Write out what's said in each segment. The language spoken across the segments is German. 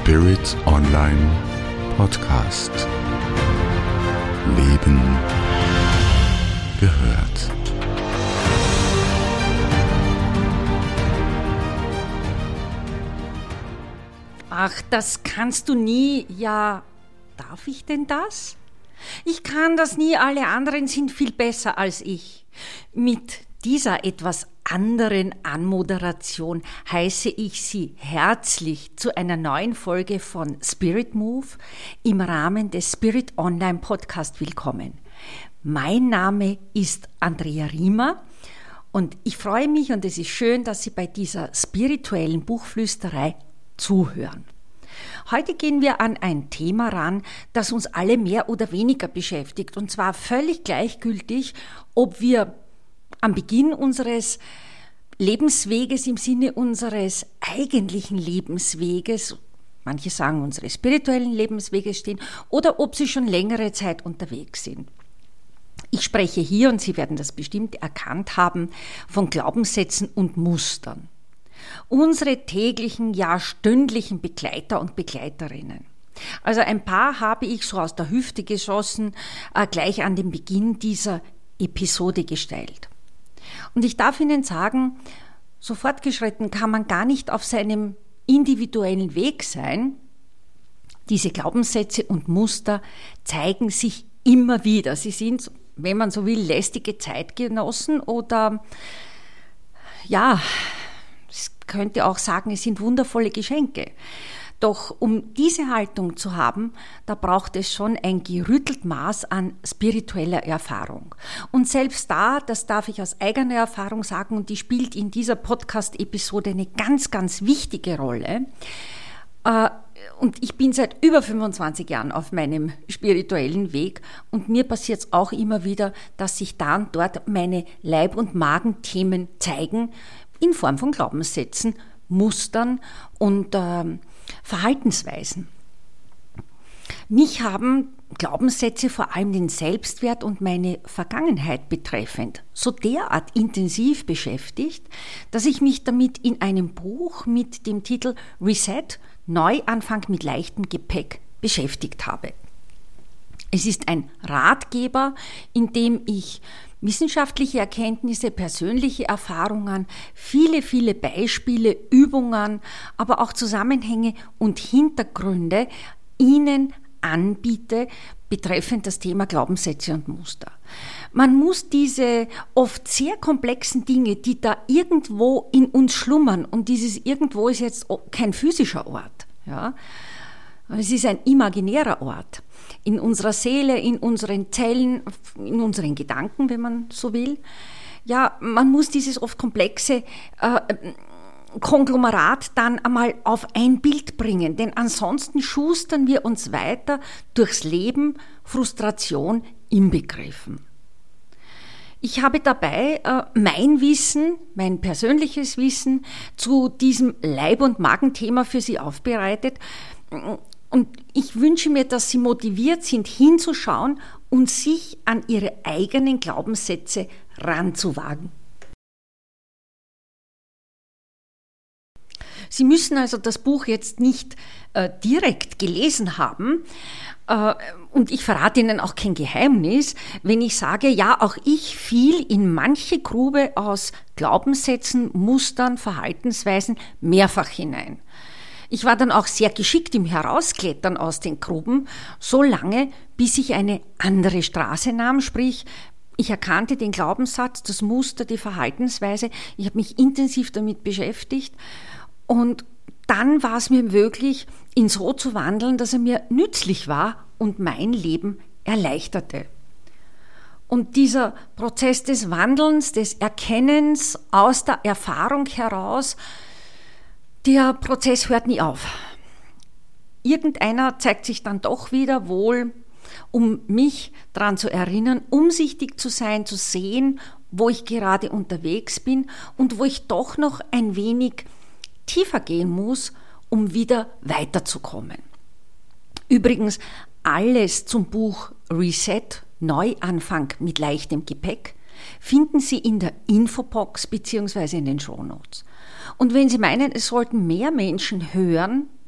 Spirit Online Podcast. Leben gehört. Ach, das kannst du nie. Ja, darf ich denn das? Ich kann das nie, alle anderen sind viel besser als ich. Mit dieser etwas anderen Anmoderation heiße ich Sie herzlich zu einer neuen Folge von Spirit Move im Rahmen des Spirit Online Podcast willkommen. Mein Name ist Andrea Riemer und ich freue mich und es ist schön, dass Sie bei dieser spirituellen Buchflüsterei zuhören. Heute gehen wir an ein Thema ran, das uns alle mehr oder weniger beschäftigt, und zwar völlig gleichgültig, ob wir am Beginn unseres Lebensweges im Sinne unseres eigentlichen Lebensweges, manche sagen unseres spirituellen Lebensweges stehen, oder ob sie schon längere Zeit unterwegs sind. Ich spreche hier, und Sie werden das bestimmt erkannt haben, von Glaubenssätzen und Mustern. Unsere täglichen, ja stündlichen Begleiter und Begleiterinnen. Also ein paar habe ich so aus der Hüfte geschossen, gleich an den Beginn dieser Episode gestellt. Und ich darf Ihnen sagen, so fortgeschritten kann man gar nicht auf seinem individuellen Weg sein. Diese Glaubenssätze und Muster zeigen sich immer wieder. Sie sind, wenn man so will, lästige Zeitgenossen oder ja, ich könnte auch sagen, es sind wundervolle Geschenke. Doch um diese Haltung zu haben, da braucht es schon ein gerüttelt Maß an spiritueller Erfahrung. Und selbst da, das darf ich aus eigener Erfahrung sagen, und die spielt in dieser Podcast-Episode eine ganz, ganz wichtige Rolle. Und ich bin seit über 25 Jahren auf meinem spirituellen Weg und mir passiert es auch immer wieder, dass sich da und dort meine Leib- und Magenthemen zeigen, in Form von Glaubenssätzen, Mustern und Verhaltensweisen. Mich haben Glaubenssätze vor allem den Selbstwert und meine Vergangenheit betreffend so derart intensiv beschäftigt, dass ich mich damit in einem Buch mit dem Titel Reset, Neuanfang mit leichtem Gepäck beschäftigt habe. Es ist ein Ratgeber, in dem ich wissenschaftliche Erkenntnisse, persönliche Erfahrungen, viele, viele Beispiele, Übungen, aber auch Zusammenhänge und Hintergründe Ihnen anbiete, betreffend das Thema Glaubenssätze und Muster. Man muss diese oft sehr komplexen Dinge, die da irgendwo in uns schlummern, und dieses irgendwo ist jetzt kein physischer Ort, ja, es ist ein imaginärer Ort. In unserer Seele, in unseren Zellen, in unseren Gedanken, wenn man so will. Ja, man muss dieses oft komplexe Konglomerat dann einmal auf ein Bild bringen, denn ansonsten schustern wir uns weiter durchs Leben, Frustration inbegriffen. Ich habe dabei mein Wissen, mein persönliches Wissen zu diesem Leib- und Magenthema für Sie aufbereitet. Und ich wünsche mir, dass Sie motiviert sind, hinzuschauen und sich an Ihre eigenen Glaubenssätze ranzuwagen. Sie müssen also das Buch jetzt nicht direkt gelesen haben. Und ich verrate Ihnen auch kein Geheimnis, wenn ich sage, ja, auch ich fiel in manche Grube aus Glaubenssätzen, Mustern, Verhaltensweisen mehrfach hinein. Ich war dann auch sehr geschickt im Herausklettern aus den Gruben, so lange, bis ich eine andere Straße nahm, sprich, ich erkannte den Glaubenssatz, das Muster, die Verhaltensweise, ich habe mich intensiv damit beschäftigt und dann war es mir möglich, ihn so zu wandeln, dass er mir nützlich war und mein Leben erleichterte. Und dieser Prozess des Wandelns, des Erkennens aus der Erfahrung heraus, der Prozess hört nie auf. Irgendeiner zeigt sich dann doch wieder wohl, um mich daran zu erinnern, umsichtig zu sein, zu sehen, wo ich gerade unterwegs bin und wo ich doch noch ein wenig tiefer gehen muss, um wieder weiterzukommen. Übrigens, alles zum Buch Reset, Neuanfang mit leichtem Gepäck finden Sie in der Infobox bzw. in den Shownotes. Und wenn Sie meinen, es sollten mehr Menschen hören,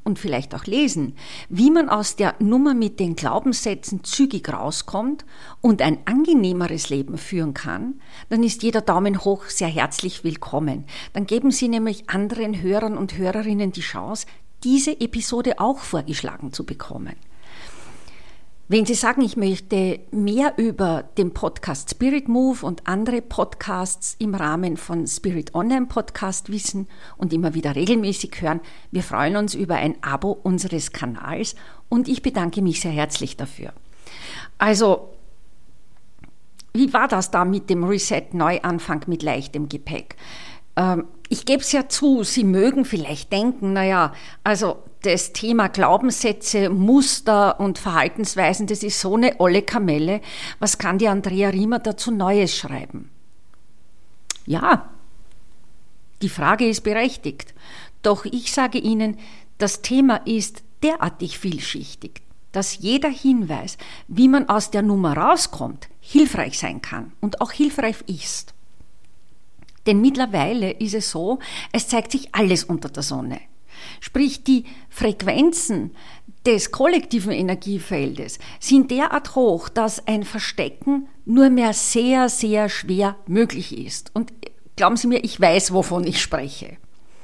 und vielleicht auch lesen, wie man aus der Nummer mit den Glaubenssätzen zügig rauskommt und ein angenehmeres Leben führen kann, dann ist jeder Daumen hoch sehr herzlich willkommen. Dann geben Sie nämlich anderen Hörern und Hörerinnen die Chance, diese Episode auch vorgeschlagen zu bekommen. Wenn Sie sagen, ich möchte mehr über den Podcast Spirit Move und andere Podcasts im Rahmen von Spirit Online Podcast wissen und immer wieder regelmäßig hören, wir freuen uns über ein Abo unseres Kanals und ich bedanke mich sehr herzlich dafür. Also, wie war das da mit dem Reset-Neuanfang mit leichtem Gepäck? Ich gebe es ja zu, Sie mögen vielleicht denken, das Thema Glaubenssätze, Muster und Verhaltensweisen, das ist so eine olle Kamelle. Was kann die Andrea Riemer dazu Neues schreiben? Ja, die Frage ist berechtigt. Doch ich sage Ihnen, das Thema ist derartig vielschichtig, dass jeder Hinweis, wie man aus der Nummer rauskommt, hilfreich sein kann und auch hilfreich ist. Denn mittlerweile ist es so, es zeigt sich alles unter der Sonne. Sprich, die Frequenzen des kollektiven Energiefeldes sind derart hoch, dass ein Verstecken nur mehr sehr, sehr schwer möglich ist. Und glauben Sie mir, ich weiß, wovon ich spreche.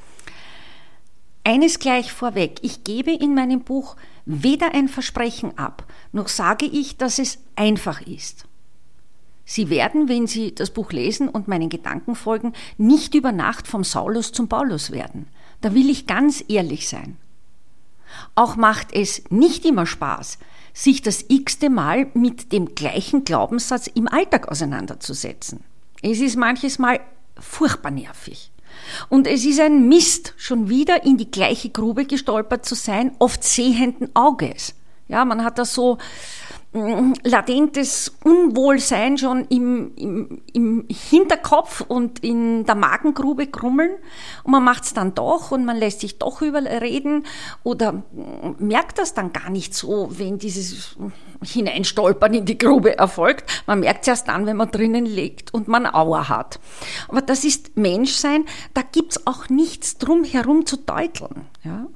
Eines gleich vorweg, ich gebe in meinem Buch weder ein Versprechen ab, noch sage ich, dass es einfach ist. Sie werden, wenn Sie das Buch lesen und meinen Gedanken folgen, nicht über Nacht vom Saulus zum Paulus werden. Da will ich ganz ehrlich sein. Auch macht es nicht immer Spaß, sich das x-te Mal mit dem gleichen Glaubenssatz im Alltag auseinanderzusetzen. Es ist manches Mal furchtbar nervig. Und es ist ein Mist, schon wieder in die gleiche Grube gestolpert zu sein, oft sehenden Auges. Ja, man hat da so latentes Unwohlsein schon im Hinterkopf und in der Magengrube krummeln und man macht es dann doch und man lässt sich doch überreden oder merkt das dann gar nicht so, wenn dieses Hineinstolpern in die Grube erfolgt. Man merkt es erst dann, wenn man drinnen liegt und man Aua hat. Aber das ist Menschsein, da gibt's auch nichts drum herum zu deuteln. Ja?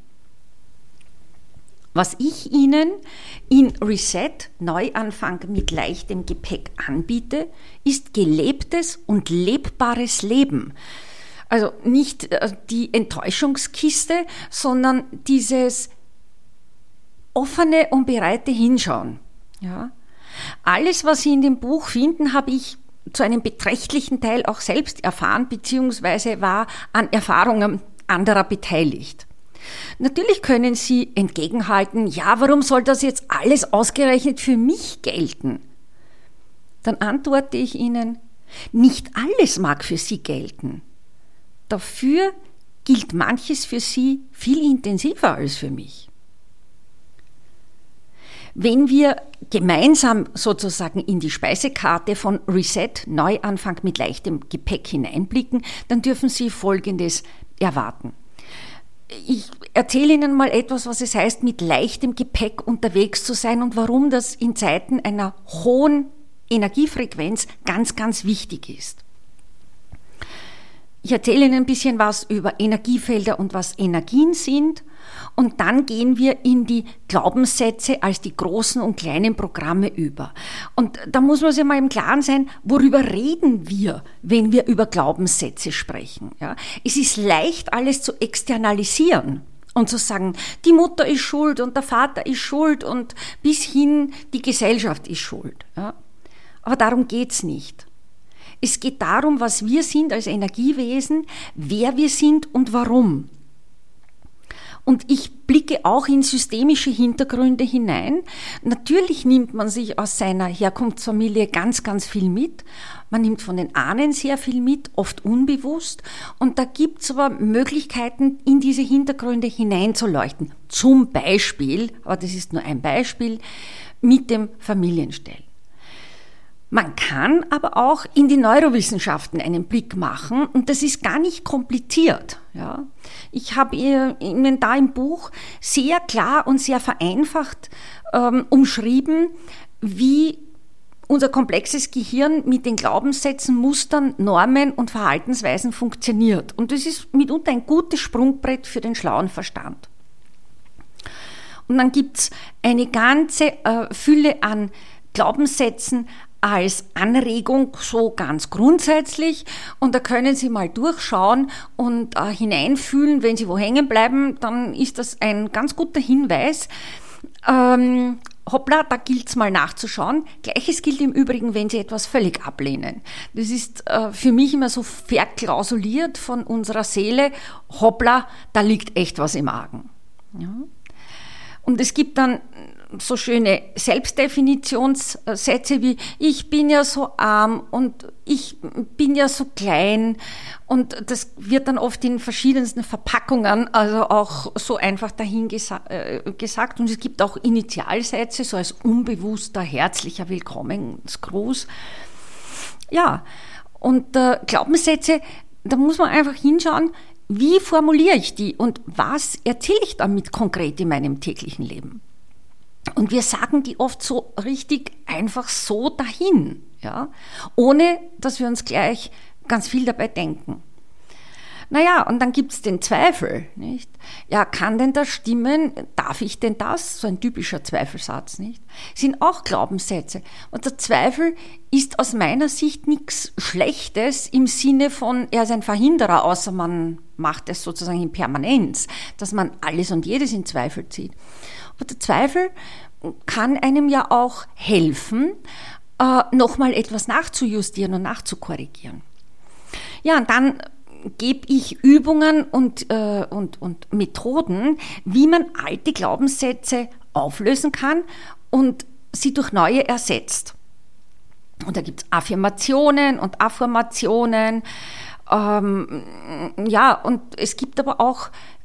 Was ich Ihnen in Reset, Neuanfang mit leichtem Gepäck anbiete, ist gelebtes und lebbares Leben. Also nicht die Enttäuschungskiste, sondern dieses offene und breite Hinschauen. Ja? Alles, was Sie in dem Buch finden, habe ich zu einem beträchtlichen Teil auch selbst erfahren, beziehungsweise war an Erfahrungen anderer beteiligt. Natürlich können Sie entgegenhalten, ja, warum soll das jetzt alles ausgerechnet für mich gelten? Dann antworte ich Ihnen, nicht alles mag für Sie gelten. Dafür gilt manches für Sie viel intensiver als für mich. Wenn wir gemeinsam sozusagen in die Speisekarte von Reset, Neuanfang mit leichtem Gepäck hineinblicken, dann dürfen Sie Folgendes erwarten. Ich erzähle Ihnen mal etwas, was es heißt, mit leichtem Gepäck unterwegs zu sein und warum das in Zeiten einer hohen Energiefrequenz ganz, ganz wichtig ist. Ich erzähle Ihnen ein bisschen was über Energiefelder und was Energien sind und dann gehen wir in die Glaubenssätze als die großen und kleinen Programme über. Und da muss man sich mal im Klaren sein, worüber reden wir, wenn wir über Glaubenssätze sprechen. Ja? Es ist leicht, alles zu externalisieren und zu sagen, die Mutter ist schuld und der Vater ist schuld und bis hin die Gesellschaft ist schuld. Ja? Aber darum geht's nicht. Es geht darum, was wir sind als Energiewesen, wer wir sind und warum. Und ich blicke auch in systemische Hintergründe hinein. Natürlich nimmt man sich aus seiner Herkunftsfamilie ganz, ganz viel mit. Man nimmt von den Ahnen sehr viel mit, oft unbewusst. Und da gibt es aber Möglichkeiten, in diese Hintergründe hineinzuleuchten. Zum Beispiel, aber das ist nur ein Beispiel, mit dem Familienstellen. Man kann aber auch in die Neurowissenschaften einen Blick machen und das ist gar nicht kompliziert. Ja. Ich habe Ihnen da im Buch sehr klar und sehr vereinfacht umschrieben, wie unser komplexes Gehirn mit den Glaubenssätzen, Mustern, Normen und Verhaltensweisen funktioniert. Und das ist mitunter ein gutes Sprungbrett für den schlauen Verstand. Und dann gibt's eine ganze Fülle an Glaubenssätzen als Anregung, so ganz grundsätzlich. Und da können Sie mal durchschauen und hineinfühlen. Wenn Sie wo hängen bleiben, dann ist das ein ganz guter Hinweis. Hoppla, da gilt's mal nachzuschauen. Gleiches gilt im Übrigen, wenn Sie etwas völlig ablehnen. Das ist für mich immer so verklausuliert von unserer Seele. Hoppla, da liegt echt was im Argen. Ja. Und es gibt dann so schöne Selbstdefinitionssätze wie ich bin ja so arm und ich bin ja so klein, und das wird dann oft in verschiedensten Verpackungen, also auch so einfach dahin gesagt, und es gibt auch Initialsätze, so als unbewusster, herzlicher Willkommensgruß. Ja, und Glaubenssätze, da muss man einfach hinschauen, wie formuliere ich die und was erzähle ich damit konkret in meinem täglichen Leben? Und wir sagen die oft so richtig einfach so dahin, ja, ohne dass wir uns gleich ganz viel dabei denken. Naja, und dann gibt's den Zweifel, nicht? Ja, kann denn das stimmen? Darf ich denn das? So ein typischer Zweifelsatz, nicht? Sind auch Glaubenssätze. Und der Zweifel ist aus meiner Sicht nichts Schlechtes im Sinne von, er ist ein Verhinderer, außer man macht es sozusagen in Permanenz, dass man alles und jedes in Zweifel zieht. Aber der Zweifel kann einem ja auch helfen, nochmal etwas nachzujustieren und nachzukorrigieren. Ja, und dann gebe ich Übungen und Methoden, wie man alte Glaubenssätze auflösen kann und sie durch neue ersetzt. Und da gibt es Affirmationen und Affirmationen. Ja, und es gibt aber auch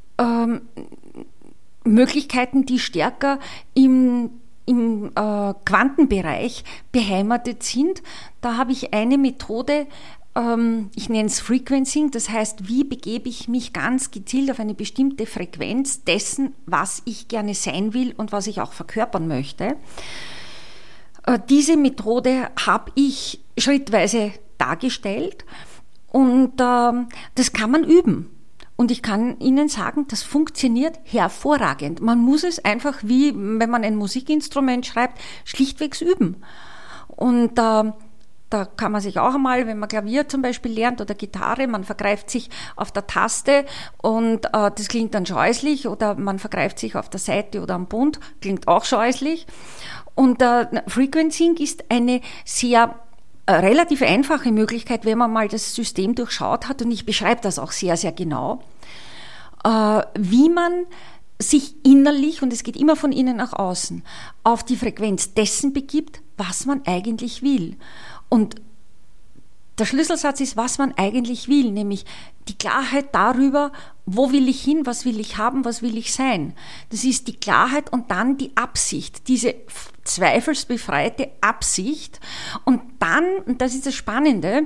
Möglichkeiten, die stärker im Quantenbereich beheimatet sind. Da habe ich eine Methode, ich nenne es Frequencing, das heißt, wie begebe ich mich ganz gezielt auf eine bestimmte Frequenz dessen, was ich gerne sein will und was ich auch verkörpern möchte. Diese Methode habe ich schrittweise dargestellt und das kann man üben. Und ich kann Ihnen sagen, das funktioniert hervorragend. Man muss es einfach, wie wenn man ein Musikinstrument schreibt, schlichtweg üben. Und da kann man sich auch einmal, wenn man Klavier zum Beispiel lernt oder Gitarre, man vergreift sich auf der Taste und das klingt dann scheußlich, oder man vergreift sich auf der Seite oder am Bund, klingt auch scheußlich. Und Frequencing ist eine sehr relativ einfache Möglichkeit, wenn man mal das System durchschaut hat, und ich beschreibe das auch sehr, sehr genau, wie man sich innerlich, und es geht immer von innen nach außen, auf die Frequenz dessen begibt, was man eigentlich will. Und der Schlüsselsatz ist, was man eigentlich will, nämlich die Klarheit darüber, wo will ich hin, was will ich haben, was will ich sein. Das ist die Klarheit und dann die Absicht, diese zweifelsbefreite Absicht. Und dann, und das ist das Spannende,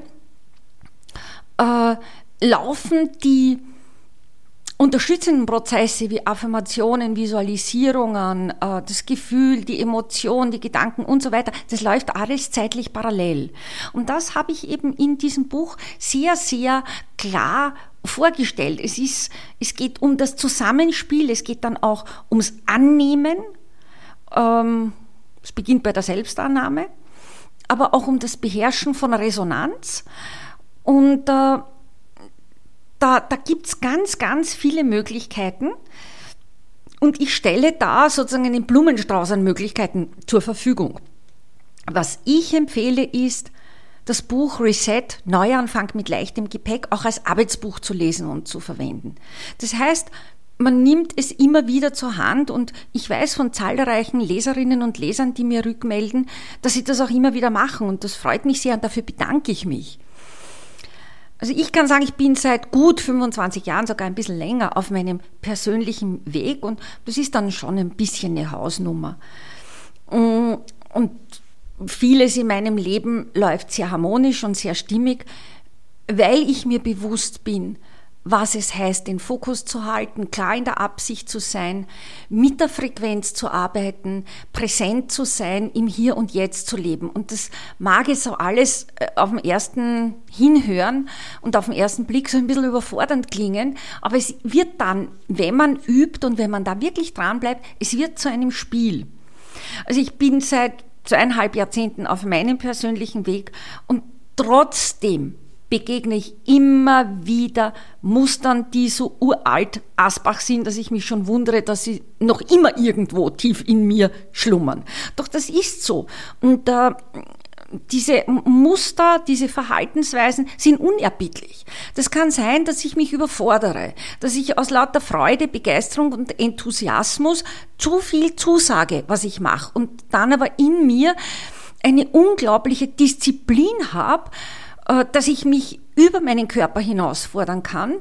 laufen die unterstützenden Prozesse wie Affirmationen, Visualisierungen, das Gefühl, die Emotion, die Gedanken und so weiter, das läuft alles zeitlich parallel. Und das habe ich eben in diesem Buch sehr, sehr klar vorgestellt. Es geht um das Zusammenspiel, es geht dann auch ums Annehmen, es beginnt bei der Selbstannahme, aber auch um das Beherrschen von Resonanz. Und da gibt's ganz, ganz viele Möglichkeiten, und ich stelle da sozusagen einen Blumenstrauß an Möglichkeiten zur Verfügung. Was ich empfehle, ist, das Buch Reset, Neuanfang mit leichtem Gepäck, auch als Arbeitsbuch zu lesen und zu verwenden. Das heißt, man nimmt es immer wieder zur Hand, und ich weiß von zahlreichen Leserinnen und Lesern, die mir rückmelden, dass sie das auch immer wieder machen, und das freut mich sehr und dafür bedanke ich mich. Also ich kann sagen, ich bin seit gut 25 Jahren, sogar ein bisschen länger, auf meinem persönlichen Weg, und das ist dann schon ein bisschen eine Hausnummer. Und vieles in meinem Leben läuft sehr harmonisch und sehr stimmig, weil ich mir bewusst bin, was es heißt, den Fokus zu halten, klar in der Absicht zu sein, mit der Frequenz zu arbeiten, präsent zu sein, im Hier und Jetzt zu leben. Und das mag jetzt so alles auf den ersten Hinhören und auf den ersten Blick so ein bisschen überfordernd klingen, aber es wird dann, wenn man übt und wenn man da wirklich dran bleibt, es wird zu einem Spiel. Also ich bin seit 2,5 Jahrzehnten auf meinem persönlichen Weg und trotzdem begegne ich immer wieder Mustern, die so uralt Asbach sind, dass ich mich schon wundere, dass sie noch immer irgendwo tief in mir schlummern. Doch das ist so. Und diese Muster, diese Verhaltensweisen sind unerbittlich. Das kann sein, dass ich mich überfordere, dass ich aus lauter Freude, Begeisterung und Enthusiasmus zu viel zusage, was ich mache, und dann aber in mir eine unglaubliche Disziplin habe, dass ich mich über meinen Körper hinausfordern kann,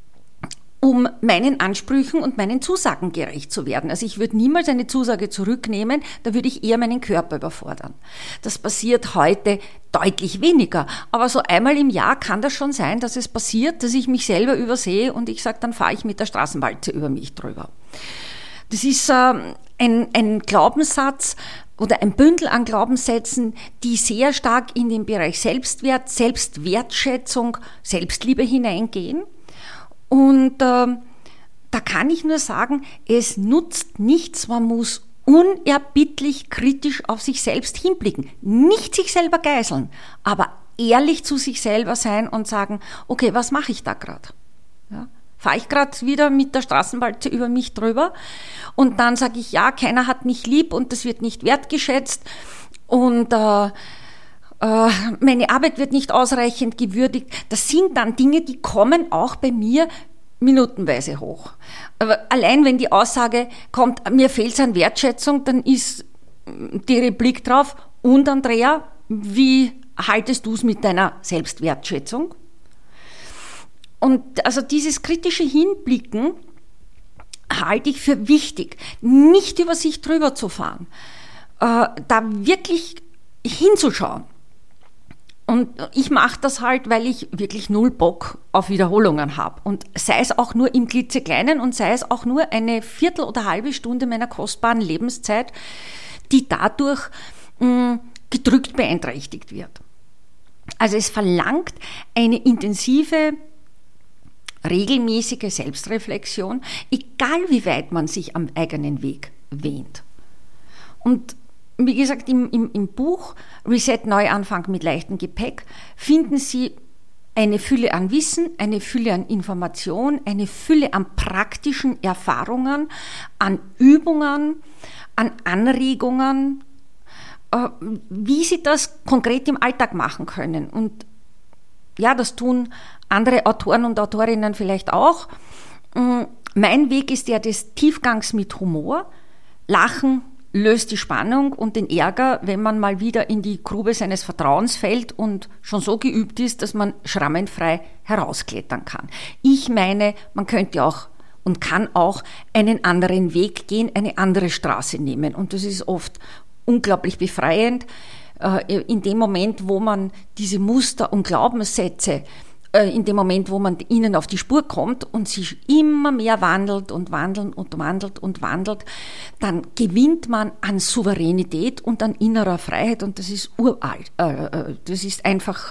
um meinen Ansprüchen und meinen Zusagen gerecht zu werden. Also ich würde niemals eine Zusage zurücknehmen, da würde ich eher meinen Körper überfordern. Das passiert heute deutlich weniger, aber so einmal im Jahr kann das schon sein, dass es passiert, dass ich mich selber übersehe und ich sage, dann fahre ich mit der Straßenwalze über mich drüber. Das ist ein Glaubenssatz oder ein Bündel an Glaubenssätzen, die sehr stark in den Bereich Selbstwert, Selbstwertschätzung, Selbstliebe hineingehen. Und da kann ich nur sagen, es nutzt nichts, man muss unerbittlich kritisch auf sich selbst hinblicken. Nicht sich selber geißeln, aber ehrlich zu sich selber sein und sagen, okay, was mache ich da gerade? Ja? Fahre ich gerade wieder mit der Straßenwalze über mich drüber und dann sage ich, ja, keiner hat mich lieb und das wird nicht wertgeschätzt und meine Arbeit wird nicht ausreichend gewürdigt. Das sind dann Dinge, die kommen auch bei mir minutenweise hoch. Aber allein wenn die Aussage kommt, mir fehlt es an Wertschätzung, dann ist die Replik drauf, und Andrea, wie haltest du es mit deiner Selbstwertschätzung? Und also dieses kritische Hinblicken halte ich für wichtig, nicht über sich drüber zu fahren, da wirklich hinzuschauen. Und ich mache das halt, weil ich wirklich null Bock auf Wiederholungen habe. Und sei es auch nur im Klitzekleinen und sei es auch nur eine Viertel oder halbe Stunde meiner kostbaren Lebenszeit, die dadurch gedrückt beeinträchtigt wird. Also es verlangt eine intensive, regelmäßige Selbstreflexion, egal wie weit man sich am eigenen Weg wähnt. Und wie gesagt, im Buch Reset Neuanfang mit leichtem Gepäck finden Sie eine Fülle an Wissen, eine Fülle an Information, eine Fülle an praktischen Erfahrungen, an Übungen, an Anregungen, wie Sie das konkret im Alltag machen können. Und ja, das tun andere Autoren und Autorinnen vielleicht auch. Mein Weg ist der des Tiefgangs mit Humor. Lachen löst die Spannung und den Ärger, wenn man mal wieder in die Grube seines Vertrauens fällt und schon so geübt ist, dass man schrammenfrei herausklettern kann. Ich meine, man könnte auch und kann auch einen anderen Weg gehen, eine andere Straße nehmen. Und das ist oft unglaublich befreiend, in dem Moment, wo man diese Muster und Glaubenssätze, in dem Moment, wo man ihnen auf die Spur kommt und sich immer mehr wandelt und wandelt und wandelt und wandelt, dann gewinnt man an Souveränität und an innerer Freiheit, und das ist uralt. Das ist einfach,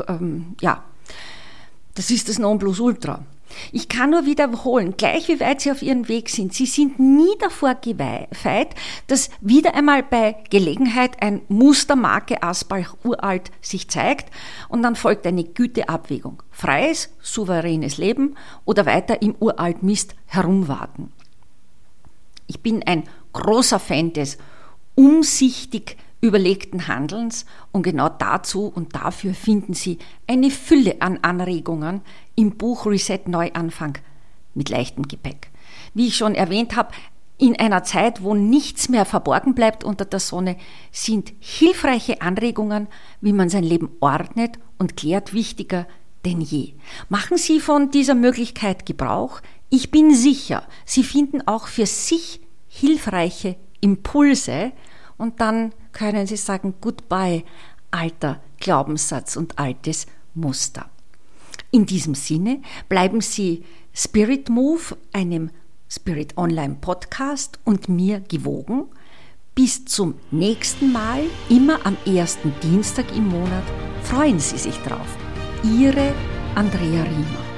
das ist das Nonplusultra. Ich kann nur wiederholen, gleich wie weit Sie auf Ihrem Weg sind, Sie sind nie davor geweiht, dass wieder einmal bei Gelegenheit ein Mustermarke Asbach uralt sich zeigt und dann folgt eine Güteabwägung. Freies, souveränes Leben oder weiter im uralt Mist herumwarten. Ich bin ein großer Fan des umsichtig überlegten Handelns und genau dazu und dafür finden Sie eine Fülle an Anregungen im Buch Reset Neuanfang mit leichtem Gepäck. Wie ich schon erwähnt habe, in einer Zeit, wo nichts mehr verborgen bleibt unter der Sonne, sind hilfreiche Anregungen, wie man sein Leben ordnet und klärt, wichtiger denn je. Machen Sie von dieser Möglichkeit Gebrauch. Ich bin sicher, Sie finden auch für sich hilfreiche Impulse und dann können Sie sagen, goodbye, alter Glaubenssatz und altes Muster. In diesem Sinne bleiben Sie Spirit Move, einem Spirit Online Podcast und mir gewogen. Bis zum nächsten Mal, immer am ersten Dienstag im Monat. Freuen Sie sich drauf. Ihre Andrea Riemer.